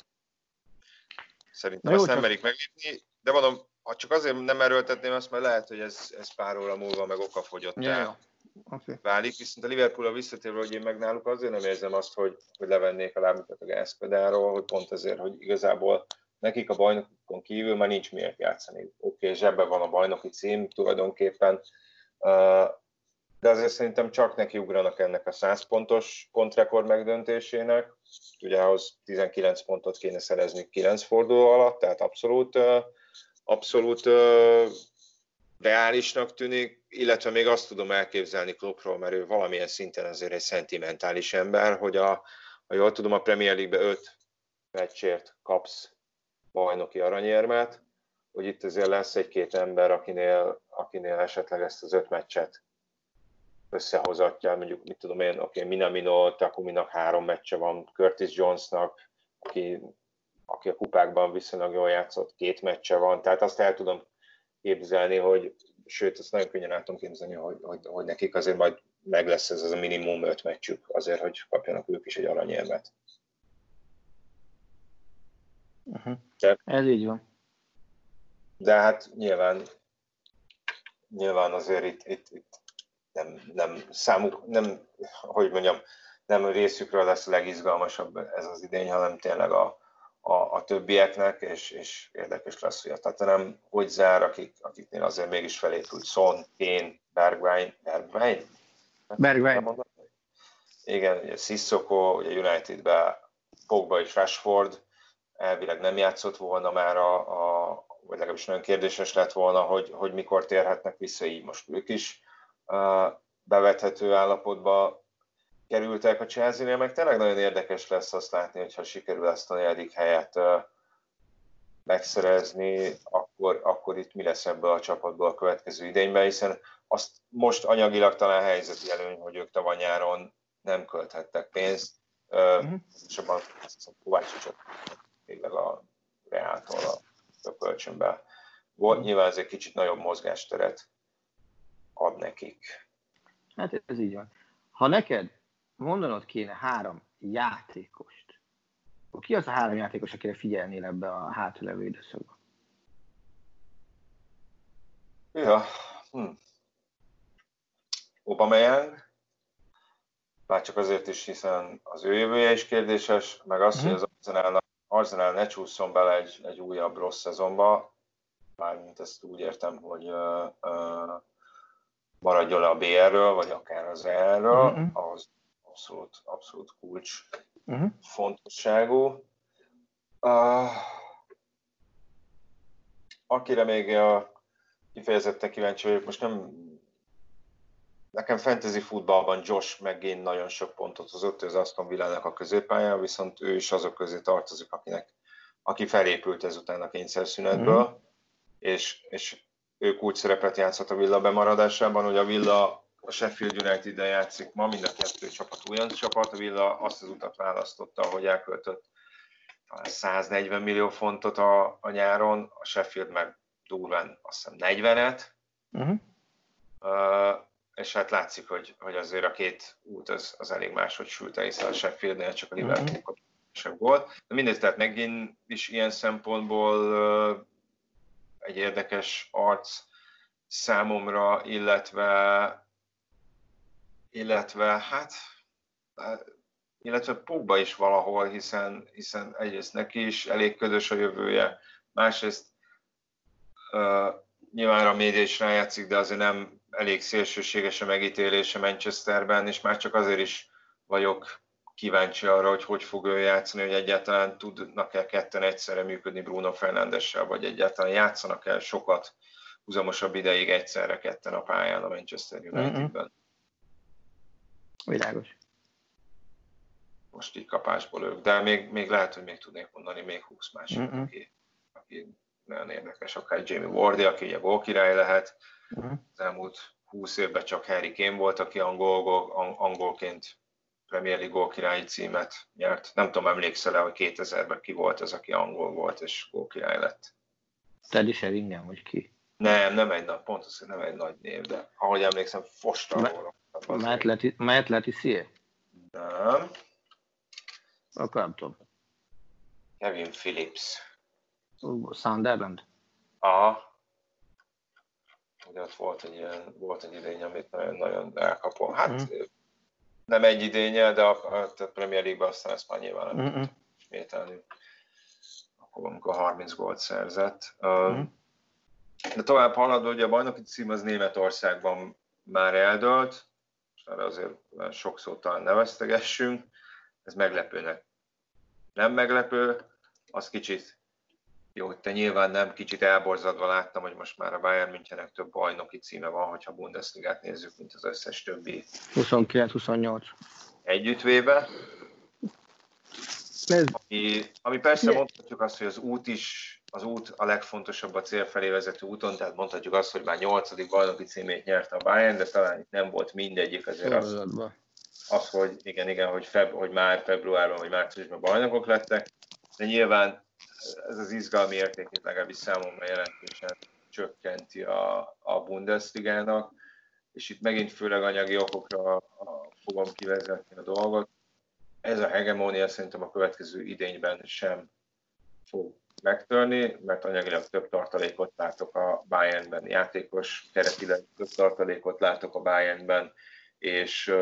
ezt nem merik meglépni, de mondom, csak azért nem erőltetném azt, mert lehet, hogy ez pár óra múlva meg okafogyottá válik, viszont a Liverpool-a visszatérve, hogy én meg náluk azért nem érzem azt, hogy levennék a lábukat a gázpedáról, hogy pont ezért, hogy igazából nekik a bajnokokon kívül már nincs miért játszani. Oké, zsebben van a bajnoki cím tulajdonképpen, de azért szerintem csak neki ugranak ennek a 100 pontos pontrekord megdöntésének. Ugye ahhoz 19 pontot kéne szerezni 9 forduló alatt, tehát abszolút reálisnak tűnik, illetve még azt tudom elképzelni Kloppról, mert ő valamilyen szinten azért egy szentimentális ember, hogy ha jól tudom, a Premier League-be 5 meccsért kapsz bajnoki aranyérmet, hogy itt azért lesz 1-2 ember, akinél esetleg ezt az 5 meccset összehozatja, mondjuk, mit tudom én, Minamino, Takuminak 3 meccse van, Curtis Jonesnak, aki a kupákban viszonylag jól játszott, 2 meccse van, tehát azt el tudom képzelni, sőt, azt nagyon könnyen el tudom képzelni, hogy nekik azért majd meg lesz ez a minimum 5 meccsük, azért, hogy kapjanak ők is egy aranyérmet. Ez így van. De hát nyilván azért itt nem részükről lesz a legizgalmasabb ez az idény, hanem tényleg a többieknek, és érdekes lesz, hogy a Tottenham hogy zár, akiknél azért mégis felépült Son, Kane, Bergwijn. Igen, ugye Sissoko, ugye Unitedben Pogba és Rashford elvileg nem játszott volna már, vagy legalábbis nagyon kérdéses lett volna, hogy mikor térhetnek vissza, így most ők is bevethető állapotba kerültek a Chelsea-nél, meg tényleg nagyon érdekes lesz azt látni, hogyha sikerül ezt a 4. helyet megszerezni, akkor itt mi lesz ebből a csapatból a következő idényben, hiszen azt most anyagilag talán helyzeti előny, hogy ők tavaly nyáron nem költhettek pénzt, és abban Kovácsicsot tényleg a Reáltól a kölcsönbe volt. Nyilván ez egy kicsit nagyobb mozgásteret ad nekik. Hát ez így van. Ha neked mondanod kéne 3 játékost, akkor ki az a 3 játékos, akire figyelnél ebbe a hátralevő időszakban? Ja, Aubameyang, már csak azért is, hiszen az ő jövője is kérdéses, meg az, hogy az Arsenalnak Arsenal ne csúszson bele egy újabb rossz szezonba, mármint ezt úgy értem, hogy maradjon le a BR-ről, vagy akár az EL-ről, ahhoz abszolút kulcs fontosságú. Akire még kifejezetten kíváncsi vagyok, most nekem fantasy futballban Josh McGinn nagyon sok pontot hozott, az Aston Villának a középpályán, viszont ő is azok közé tartozik, aki felépült ezután a kényszerszünetből, és ő kulcs szerepet játszott a Villa bemaradásában, hogy a Villa a Sheffield United-del játszik ma, mind a kettő csapat újonc csapat, a Villa azt az utat választotta, hogy elköltött 140 millió fontot a nyáron, a Sheffield meg durván azt hiszem 40-et, és hát látszik, hogy azért a két út az elég máshogy sült el, hiszen a Sheffieldnél csak a Liverpool kapcsolatosabb volt. De mindegy, tehát megint is ilyen szempontból egy érdekes arc számomra, illetve Pogba is valahol, hiszen egyrészt neki is elég ködös a jövője, másrészt nyilván a média is rájátszik, de azért nem elég szélsőséges a megítélése Manchesterben, és már csak azért is vagyok kíváncsi arra, hogy fog ő játszani, hogy egyáltalán tudnak-e ketten egyszerre működni Bruno Fernandessel, vagy egyáltalán játszanak-e sokat húzamosabb ideig egyszerre ketten a pályán a Manchester Unitedben. Világos. Most így kapásból ők, de még lehet, hogy még tudnék mondani még 20 másikat, aki nagyon érdekes, akár Jamie Vardy, aki ugye gólkirály lehet. Az elmúlt 20 évben csak Harry Kane volt, aki angolként Premier League gólkirályi címet nyert. Nem tudom, emlékszel-e, hogy 2000-ben ki volt az, aki angol volt és gólkirály lett? Teddy Sheringham, vagy ki? Nem egy nagy, pont az, hogy nem egy nagy név, de ahogy emlékszem, Foster Matt Letizier? Nem. Akkor nem tudom. Kevin Phillips. Sunderland? Aha. Ugye ott volt egy idény, amit nagyon elkapom. Hát nem egy idénye, de a Premier League-ben aztán ezt már nyilván nem tudtam ismételni. Akkor, amikor 30 gólt szerzett. De tovább haladva, ugye a bajnoki cím az Németországban már eldőlt, és erre azért sok szót talán ne vesztegessünk. Ez meglepőnek nem meglepő, az kicsit jó, te nyilván nem, kicsit elborzadva láttam, hogy most már a Bayern Münchennek több bajnoki címe van, hogyha Bundesligát nézzük, mint az összes többi. 29-28. Együttvéve. Ami persze mondhatjuk azt, hogy az út a legfontosabb a cél felé vezető úton, tehát mondhatjuk azt, hogy már 8. bajnoki címét nyerte a Bayern, de talán itt nem volt mindegyik azért az hogy igen, hogy már februárban vagy márciusban bajnokok lettek, de nyilván ez az izgalmi értékét legalábbis számomra jelentősen csökkenti a Bundesligának, és itt megint főleg anyagi okokra fogom kivezetni a dolgot. Ez a hegemónia szerintem a következő idényben sem fog megtörni, mert anyagilag több tartalékot látok a Bayernben, játékos keretileg több tartalékot látok a Bayernben, és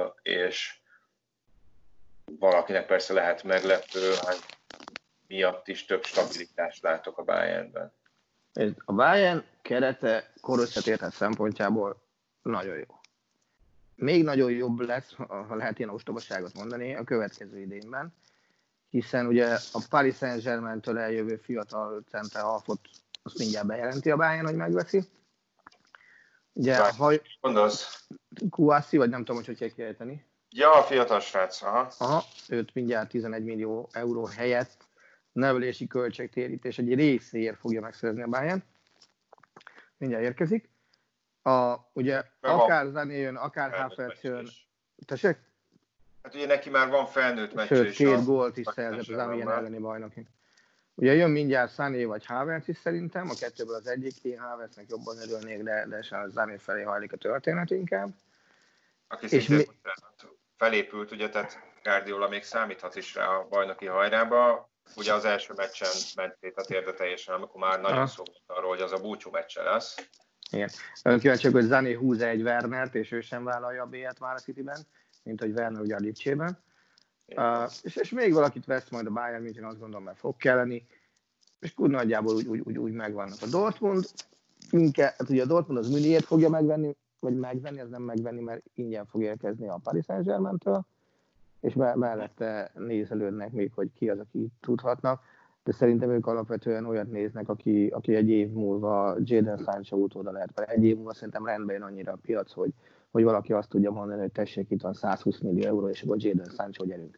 valakinek persze lehet meglepő, miatt is több stabilitást látok a Bayernben. A Bayern kerete korösszetérhet szempontjából nagyon jó. Még nagyon jobb lesz, ha lehet ilyen ostobaságot mondani, a következő idényben, hiszen ugye a Paris Saint-Germain-től eljövő fiatal center halfot azt mindjárt bejelenti a Bayern, hogy megveszi. Ugye, gondolsz? Kouassi, vagy nem tudom, hogy kell kiejteni. Ja, a fiatal srác, aha. Őt mindjárt 11 millió euró helyett nevelési költségtérítés egy részéért fogja megszerezni a Bayern. Mindjárt érkezik. Ugye akár Zané jön, akár Havertz jön. Tessék? Hát ugye neki már van felnőtt meccse. Sőt, 2 gólt is szerzett az Amiens elleni bajnokin. Ugye jön mindjárt Sané vagy Havertz is szerintem, a kettőből az egyik, én Havertznek jobban örülnék, de a Zané felé hajlik a történet inkább. Aki szintén felépült, ugye, tehát Guardiola még számíthat is rá a bajnoki hajrába. Ugye az első meccsen ment szét a térde teljesen, amikor már nagyon szó volt arról, hogy az a búcsú meccse lesz. Igen. Ön kíváncsi, hogy Zané húz egy Wernert, és ő sem vállalja a B-et már a Cityben, mint hogy Werner ugye a Lipcsében. És még valakit vesz majd a Bayern München, azt gondolom, mert fog kelleni, és úgy nagyjából úgy megvannak. A Dortmund, hát ugye a Dortmund az Münniért fogja megvenni, vagy megvenni, az nem megvenni, mert ingyen fog érkezni a Paris Saint-Germaintől, és mellette nézelődnek még, hogy ki az, aki tudhatnak, de szerintem ők alapvetően olyat néznek, aki egy év múlva Jadon Sancho utóda lehet, mert egy év múlva szerintem rendben jön annyira a piac, hogy valaki azt tudja mondani, hogy tessék, itt van 120 millió euró, és akkor Jadon Sancho, gyerünk.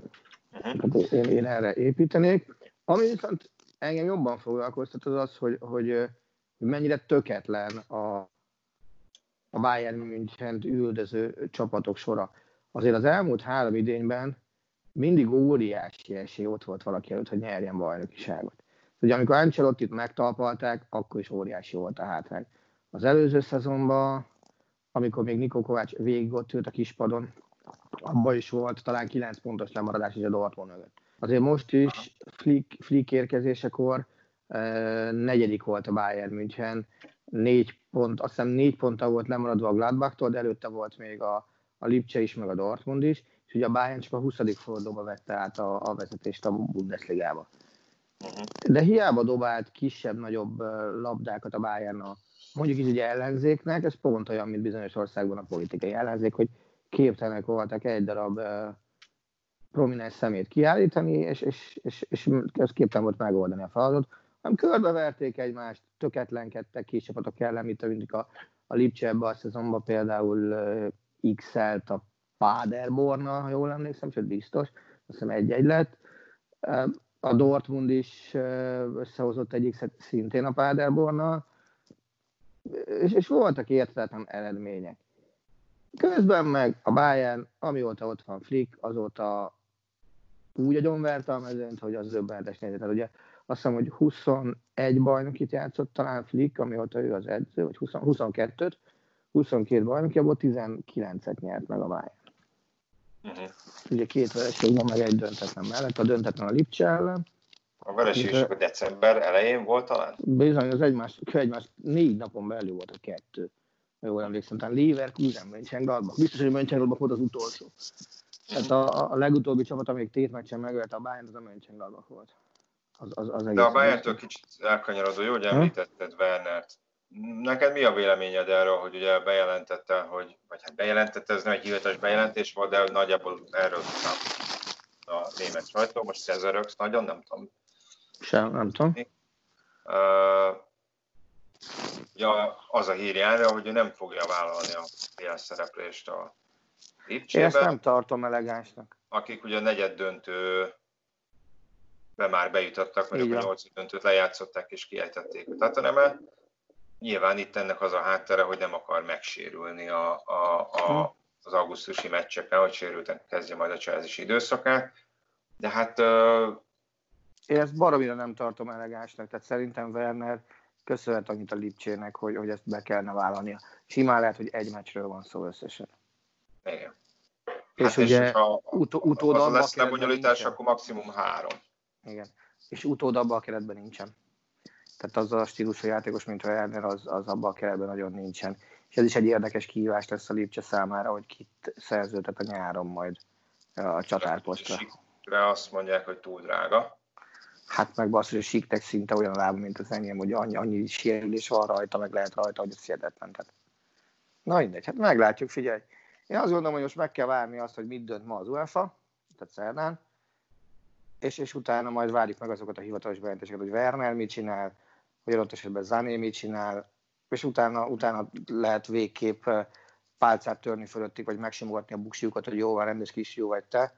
Hát én erre építenék. Ami viszont engem jobban foglalkoztat, az, hogy mennyire töketlen a Bayern München üldöző csapatok sora. Azért az elmúlt 3 idényben mindig óriási esély ott volt valaki előtt, hogy nyerjen bajnokiságot. Ugye amikor Ancelottit megtalpalták, akkor is óriási volt a hátrány. Az előző szezonban, amikor még Niko Kovács végig ott ült a kispadon, abban is volt talán 9 pontos lemaradás is a Dortmund mögött. Azért most is Flick érkezésekor 4. volt a Bayern München, 4 pont, azt hiszem 4 ponttal volt lemaradva a Gladbachtól, de előtte volt még a Lipcse is, meg a Dortmund is, és ugye a Bayern csak a 20. fordulóba vette át a vezetést a Bundesligába. De hiába dobált kisebb-nagyobb labdákat a Bayern mondjuk is ugye ellenzéknek, ez pont olyan, mint bizonyos országban a politikai ellenzék, hogy képtelenek voltak egy darab prominens szemét kiállítani, és ez képtelen volt megoldani a feladatot, hanem körbeverték egymást, töketlenkedtek, kis csapatok ellen, mint a Lipcse ebben a szezonban például X-elt a Paderbornnal, ha jól emlékszem, sőt biztos, azt hiszem 1-1 lett. A Dortmund is összehozott egyik szintén a Paderbornnal, és voltak érthetetlen eredmények. Közben meg a Bayern, amióta ott van Flick, azóta úgy agyonverte a mezőnyt, hogy az zöbbenetes nézett. Tehát ugye azt hiszem, hogy 21 bajnokit játszott talán Flick, amióta ő az edző, vagy 22-t, 22 bajnoki, abból 19-et nyert meg a Bayern. Ugye 2 vereség van, meg egy döntetlen mellett, a döntetlen a Lipcse ellen. A vereség is a december elején volt talán? Bizony, az egymás 4 napon belül volt a 2. Jól emlékszem, talán Leverkusen, Mönchengladbach. Biztos, hogy Mönchengladbach volt az utolsó. Tehát a legutóbbi csapat, amelyik 2 meccsen megölte a Bayern, az a Mönchengladbach volt. Az de a Bayerntől kicsit elkanyarodó, jó, hogy említetted Wernert. Neked mi a véleményed erről, hogy ugye bejelentette, vagy hát bejelentette, ez nem egy hivatalos bejelentés volt, de nagyjából erről tudtam a német sajtó, most Cezaröx nagyon, nem tudom. Nem tudom. Ugye az a hír járja, hogy ő nem fogja vállalni aélszereplést a Lipcsében. Én ezt nem tartom elegánsnak. Akik ugye a negyed döntőbe már bejutottak, vagy a 8. döntőt lejátszották és kiejtették a Tottenhamet. Nyilván itt ennek az a háttere, hogy nem akar megsérülni az augusztusi meccseken, hogy sérülten kezdje majd a Chelsea időszakát. De hát... Én ezt baromira nem tartom elegánsnak, tehát szerintem Werner köszönhet annyit a Lipcsének, hogy ezt be kellene vállalnia. Simán lehet, hogy egy meccsről van szó összesen. Igen. És hát ugye utód az lesz lebonyolítás, akkor maximum 3. Igen. És utód abban a keretben nincsen. Tehát az a stílusú játékos, mint Werner, az abban a keretben nagyon nincsen. És ez is egy érdekes kihívás lesz a Lipcse számára, hogy kit szerződtet a nyáron majd a csatárposztra. Sikre azt mondják, hogy túl drága. Hát meg basszus, hogy Siktek szinte olyan a lába, mint az enyém, hogy annyi sérülés van rajta, meg lehet rajta, hogy ez hihetetlen. Tehát... Na mindegy, hát meglátjuk, figyelj. Én azt gondolom, hogy most meg kell várni azt, hogy mit dönt ma az UEFA, tehát szerdán, és utána majd várjuk meg azokat a hivatalos bejelentéseket, hogy Werner mit csinál, hogy adott esetben Sané mit csinál, és utána lehet végképp pálcát törni fölöttik, vagy megsimogatni a buksiukat, hogy jó van, rendes kisfiú vagy te.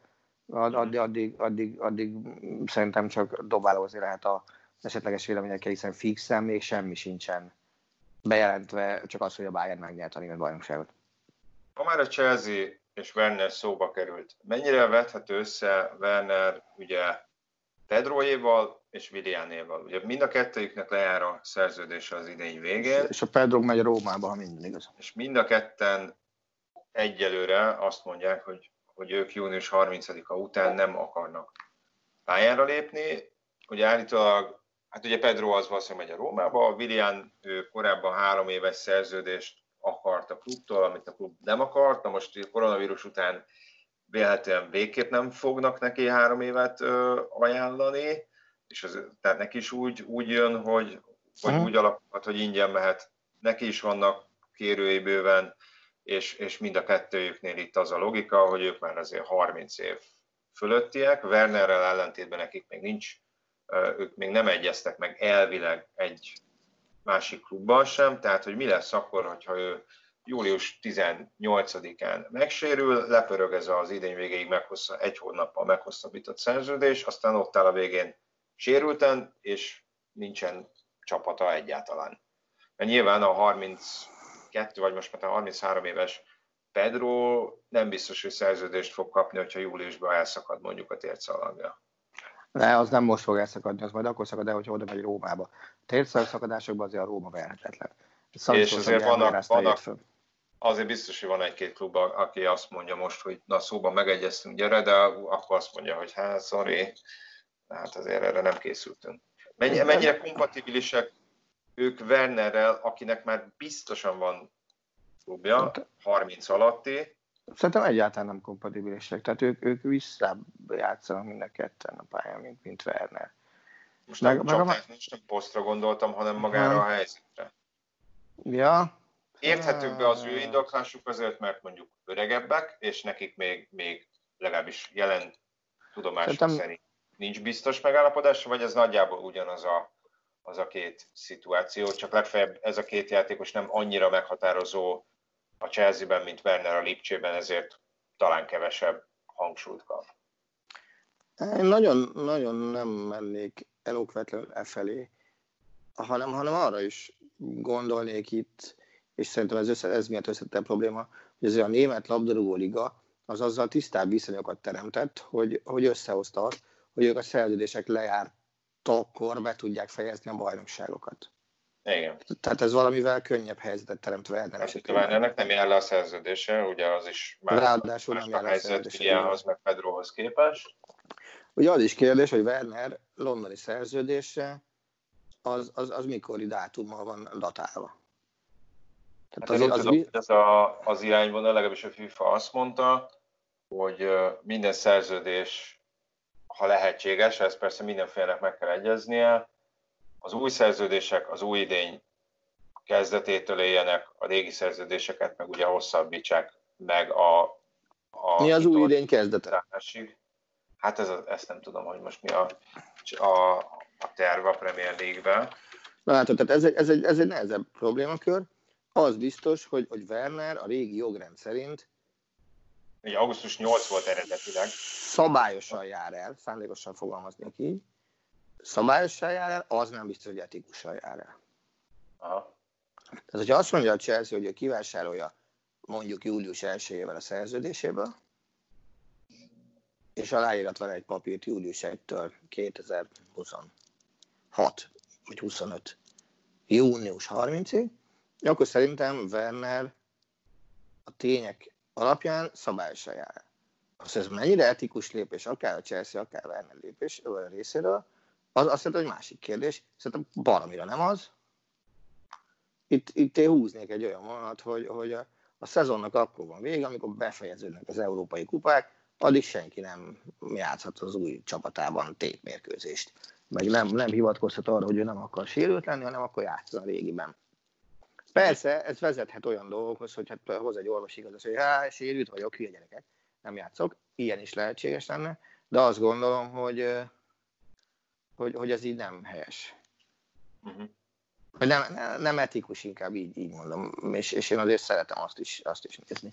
Addig szerintem csak dobálózni lehet a esetleges véleményekkel, hiszen fixen még semmi sincsen bejelentve, csak az, hogy a Bayern megnyert a német bajnokságot. Ha már a Chelsea és Werner szóba került, mennyire vethető össze Werner ugye Pedroéval és Willianéval? Ugye mind a kettőjüknek lejár a szerződése az idény végén. És a Pedro megy Rómába, ha minden igaz. És mind a ketten egyelőre azt mondják, hogy ők június 30-a után nem akarnak pályára lépni. Ugye állítólag, hát ugye Pedro az valószínűleg megy a Rómába, a Willian ő korábban 3 éves szerződést akart a klubtól, amit a klub nem akart. Na most a koronavírus után vélhetően végképp nem fognak neki 3 évet ajánlani, és tehát neki is úgy jön, hogy úgy alakulhat, hogy ingyen mehet. Neki is vannak kérői bőven, és mind a kettőjüknél itt az a logika, hogy ők már azért 30 év fölöttiek. Wernerrel ellentétben nekik még nincs, ők még nem egyeztek meg elvileg egy másik klubban sem, tehát hogy mi lesz akkor, hogyha ő július 18-án megsérül, lepörög ez az idény végéig egy hónappal meghosszabbított szerződés, aztán ott áll a végén sérülten, és nincsen csapata egyáltalán. Mert nyilván a 32 vagy most már a 33 éves Pedro nem biztos, hogy szerződést fog kapni, hogyha júliusban elszakad mondjuk a térszalagja. De az nem most fog elszakadni, az majd akkor szakad el, hogyha oda megy Rómába. A térszalagszakadásokban azért a Róma verhetetlen. És azért vannak azért biztos, hogy van egy-két klub, aki azt mondja most, hogy na szóban megegyeztünk, gyere, de akkor azt mondja, hogy hát sorry, hát azért erre nem készültünk. Mennyire kompatibilisek ők Wernerrel, akinek már biztosan van klubja, 30 alatti? Szerintem egyáltalán nem kompatibilisek, tehát ők visszább játszanak mind a ketten a pályán, mint Werner. Most nem posztra gondoltam, hanem magára a helyzetre. Ja. Érthetőbb be az ő indoklásuk azért, mert mondjuk öregebbek, és nekik még legalábbis jelen tudomásuk szerint nincs biztos megállapodás, vagy ez nagyjából ugyanaz az a két szituáció, csak legfeljebb ez a két játékos nem annyira meghatározó a Chelsea-ben, mint Werner a Lipcsében, ezért talán kevesebb hangsúlyt kap. Én nagyon nem mennék elokvetlenül felé, hanem arra is gondolnék itt, és szerintem ez miatt összetett probléma, hogy azért a német labdarúgó liga az azzal tisztább viszonyokat teremtett, hogy összehozta azt, hogy ők a szerződések lejártakkor be tudják fejezni a bajnokságokat. Igen. Tehát ez valamivel könnyebb helyzetet teremt Werner esetében. Wernernek nem jár le a szerződése, ugye az is már más a helyzet Williamhoz meg Pedrohoz képest. Ugye az is kérdés, hogy Werner londoni szerződése az mikori dátummal van datálva. Tehát ez az irányvonal, legalábbis a FIFA azt mondta, hogy minden szerződés, ha lehetséges, ez persze mindenfélenek meg kell egyeznie, az új szerződések az új idény kezdetétől éljenek, a régi szerződéseket meg ugye hosszabbítsák meg a mi az új idény kezdete? Hát ezt nem tudom, hogy most mi a terv a Premier League-ben. Na látod, tehát ez egy nehezebb problémakör. Az biztos, hogy Werner a régi jogrend szerint ugye augusztus 8 volt eredetileg. Szabályosan jár el, szándékosan fogalmaznék így. Szabályosan jár el, az nem biztos, hogy etikusan jár el. Aha. Tehát, hogyha azt mondja a Chelsea, hogy ő kivásárolja mondjuk július 1-ével a szerződéséből, és aláírat vele egy papírt július 1-től 2026 vagy 25 június 30-ig, akkor szerintem Werner a tények alapján szabályosan jár el. Azt ez mennyire etikus lépés, akár a Chelsea, akár Werner lépés részéről, az azt jelenti, hogy másik kérdés. Szerintem baromira nem az. Itt én húznék egy olyan vonalat, hogy a szezonnak akkor van vége, amikor befejeződnek az európai kupák, addig senki nem játszhat az új csapatában tétmérkőzést. Meg nem hivatkozhat arra, hogy ő nem akar sérült lenni, hanem akkor játszani a régiben. Persze, ez vezethet olyan dolgokhoz, hogy hát hoz egy orvosi igazat, hogy sérült vagyok, hülye gyerekek, nem játszok. Ilyen is lehetséges lenne, de azt gondolom, hogy ez így nem helyes. Uh-huh. Nem etikus, inkább így mondom, és én azért szeretem azt is nézni.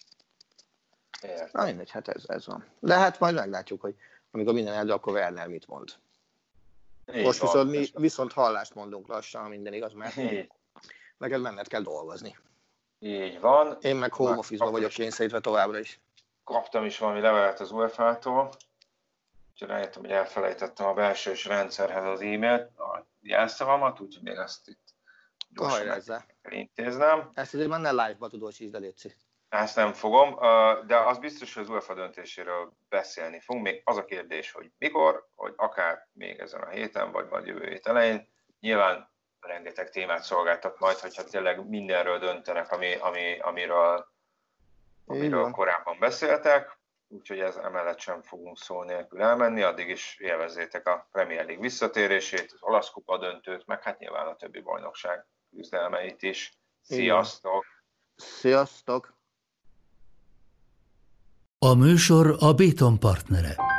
Na mindegy, hát ez van. De hát majd meglátjuk, hogy amikor minden eldől, akkor Werner mit mond. Most viszont mi hallást mondunk lassan, minden igaz, mert neked menned kell dolgozni. Így van. Én meg home office-ba vagyok kényszerítve továbbra is. Kaptam is valami levelet az UEFA-tól, úgyhogy rájöttem, hogy elfelejtettem a belsős rendszerhez az e-mailt, a jelszavamat, úgyhogy még ezt itt gyorsan meg kell intéznem. Ezt azért már ne live-ba tudósítsd, de létszik. Ezt nem fogom, de az biztos, hogy az UEFA döntéséről beszélni fogunk. Még az a kérdés, hogy mikor, hogy akár még ezen a héten, vagy majd jövő hét elején. Nyilván rengeteg témát szolgáltat majd, hogyha tényleg mindenről döntenek, amiről korábban beszéltek. úgyhogy ez emellett sem fogunk szó nélkül elmenni, addig is élvezzétek a Premier League visszatérését, az olasz kupa döntőt, meg hát nyilván a többi bajnokság küzdelmeit is. Sziasztok! Sziasztok! A műsor a Béton partnere.